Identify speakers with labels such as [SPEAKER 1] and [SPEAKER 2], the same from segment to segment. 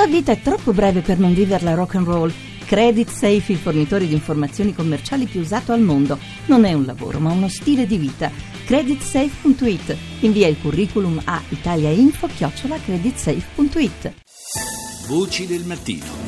[SPEAKER 1] tua vita è troppo breve per non viverla rock and roll. Credit Safe, il fornitore di informazioni commerciali più usato al mondo. Non è un lavoro, ma uno stile di vita. Creditsafe.it. Invia il curriculum a italiainfo@creditsafe.it.
[SPEAKER 2] Voci del mattino.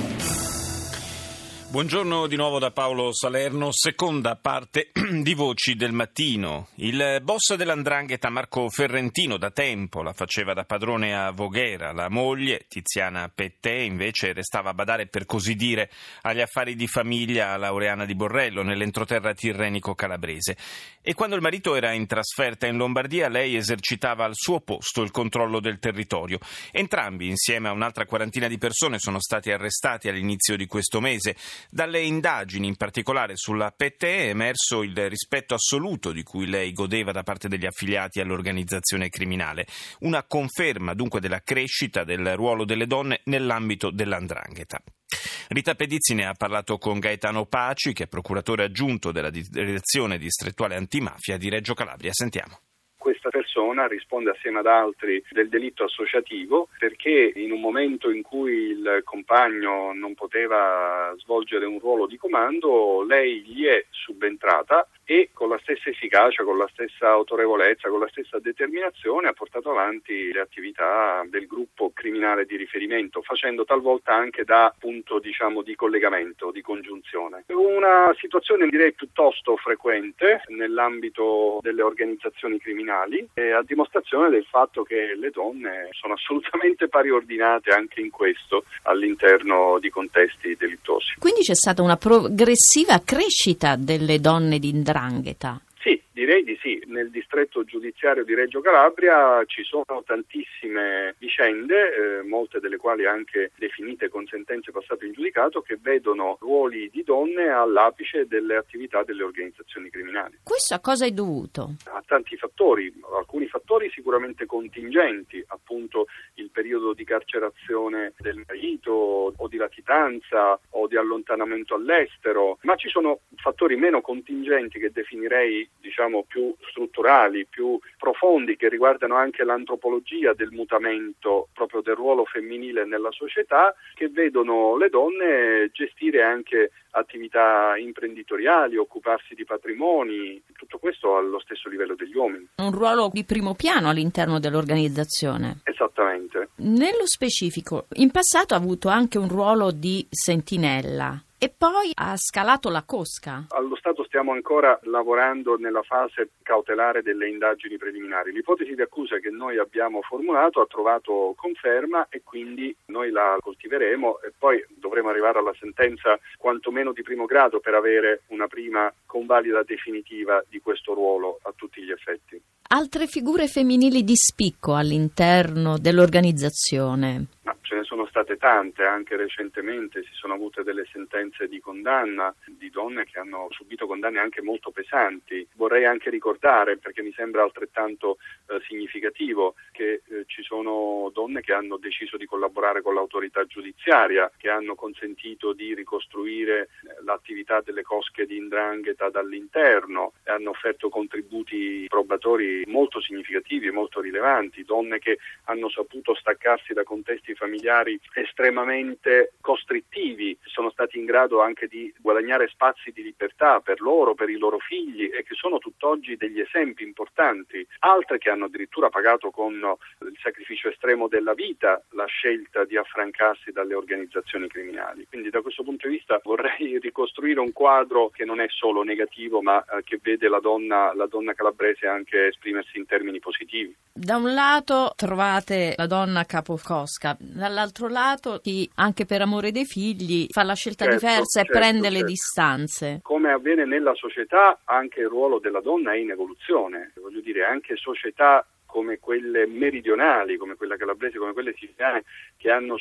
[SPEAKER 2] Buongiorno di nuovo da Paolo Salerno, seconda parte di Voci del Mattino. Il boss dell''ndrangheta Marco Ferrentino da tempo la faceva da padrone a Voghera. La moglie, Tiziana Pettè, invece restava a badare, per così dire, agli affari di famiglia a Laureana di Borrello, nell'entroterra tirrenico calabrese. E quando il marito era in trasferta in Lombardia, lei esercitava al suo posto il controllo del territorio. Entrambi, insieme a un'altra quarantina di persone, sono stati arrestati all'inizio di questo mese. Dalle indagini, in particolare sulla Pettè, è emerso il rispetto assoluto di cui lei godeva da parte degli affiliati all'organizzazione criminale. Una conferma dunque della crescita del ruolo delle donne nell'ambito dell''ndrangheta. Rita Pedizzi ne ha parlato con Gaetano Paci, che è procuratore aggiunto della direzione distrettuale antimafia di Reggio Calabria. Sentiamo.
[SPEAKER 3] Questa persona risponde assieme ad altri del delitto associativo perché in un momento in cui il compagno non poteva svolgere un ruolo di comando, lei gli è subentrata e con la stessa efficacia, con la stessa autorevolezza, con la stessa determinazione ha portato avanti le attività del gruppo criminale di riferimento, facendo talvolta anche da punto di collegamento, di congiunzione. Una situazione direi piuttosto frequente nell'ambito delle organizzazioni criminali, a dimostrazione del fatto che le donne sono assolutamente pariordinate anche in questo all'interno di contesti delittuosi.
[SPEAKER 4] Quindi c'è stata una progressiva crescita delle donne di 'ndrangheta?
[SPEAKER 3] Sì, direi di sì. Nel distretto giudiziario di Reggio Calabria ci sono tantissime vicende, molte delle quali anche definite con sentenze passate in giudicato, che vedono ruoli di donne all'apice delle attività delle organizzazioni criminali.
[SPEAKER 4] Questo a cosa è dovuto?
[SPEAKER 3] A tanti fattori, alcuni fattori sicuramente contingenti, appunto il periodo di carcerazione del marito o di latitanza o di allontanamento all'estero, ma ci sono fattori meno contingenti che definirei più strutturali, più profondi, che riguardano anche l'antropologia del mutamento proprio del ruolo femminile nella società, che vedono le donne gestire anche attività imprenditoriali, occuparsi di patrimoni, tutto questo allo stesso livello degli uomini.
[SPEAKER 4] Un ruolo di primo piano all'interno dell'organizzazione.
[SPEAKER 3] Esattamente.
[SPEAKER 4] Nello specifico, in passato ha avuto anche un ruolo di sentinella e poi ha scalato la cosca.
[SPEAKER 3] Allo Stato stiamo ancora lavorando nella fase cautelare delle indagini preliminari. L'ipotesi di accusa che noi abbiamo formulato ha trovato conferma e quindi noi la coltiveremo e poi dovremo arrivare alla sentenza quantomeno di primo grado per avere una prima convalida definitiva di questo ruolo a tutti gli effetti.
[SPEAKER 4] Altre figure femminili di spicco all'interno dell'organizzazione?
[SPEAKER 3] Ma ce ne sono state tante, anche recentemente si sono avute delle sentenze di condanna di donne che hanno subito condanne anche molto pesanti. Vorrei anche ricordare, perché mi sembra altrettanto significativo, che ci sono donne che hanno deciso di collaborare con l'autorità giudiziaria, che hanno consentito di ricostruire l'attività delle cosche di 'ndrangheta dall'interno e hanno offerto contributi probatori molto significativi e molto rilevanti, donne che hanno saputo staccarsi da contesti familiari estremamente costrittivi, sono stati in grado anche di guadagnare spazi di libertà per loro, per i loro figli e che sono tutt'oggi degli esempi importanti, altre che hanno addirittura pagato con il sacrificio estremo della vita la scelta di affrancarsi dalle organizzazioni criminali. Quindi da questo punto di vista vorrei ricostruire un quadro che non è solo negativo ma che vede la donna calabrese anche esprimersi in termini positivi.
[SPEAKER 4] Da un lato trovate la donna capocosca, dall'altro lato chi anche per amore dei figli fa la scelta diversa e prende le distanze.
[SPEAKER 3] Come avviene nella società, anche il ruolo della donna è in evoluzione. Voglio dire, anche società come quelle meridionali, come quella calabrese, come quelle siciliane, che hanno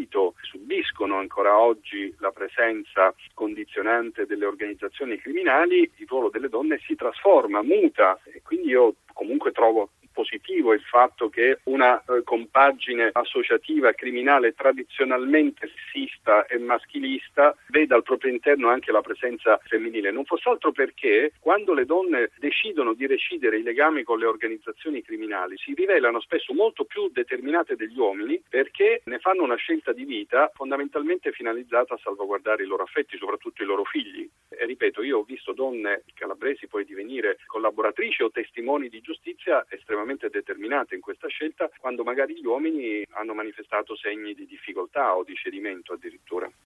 [SPEAKER 3] subiscono ancora oggi la presenza condizionante delle organizzazioni criminali, il ruolo delle donne si trasforma, muta, e quindi io comunque trovo positivo il fatto che una compagine associativa criminale tradizionalmente sessista e maschilista veda al proprio interno anche la presenza femminile. Non fosse altro perché quando le donne decidono di recidere i legami con le organizzazioni criminali si rivelano spesso molto più determinate degli uomini, perché ne fanno una scelta di vita fondamentalmente finalizzata a salvaguardare i loro affetti, soprattutto i loro figli. E ripeto, io ho visto donne calabresi poi divenire collaboratrici o testimoni di giustizia estremamente determinate in questa scelta, quando magari gli uomini hanno manifestato segni di difficoltà o di cedimento addirittura.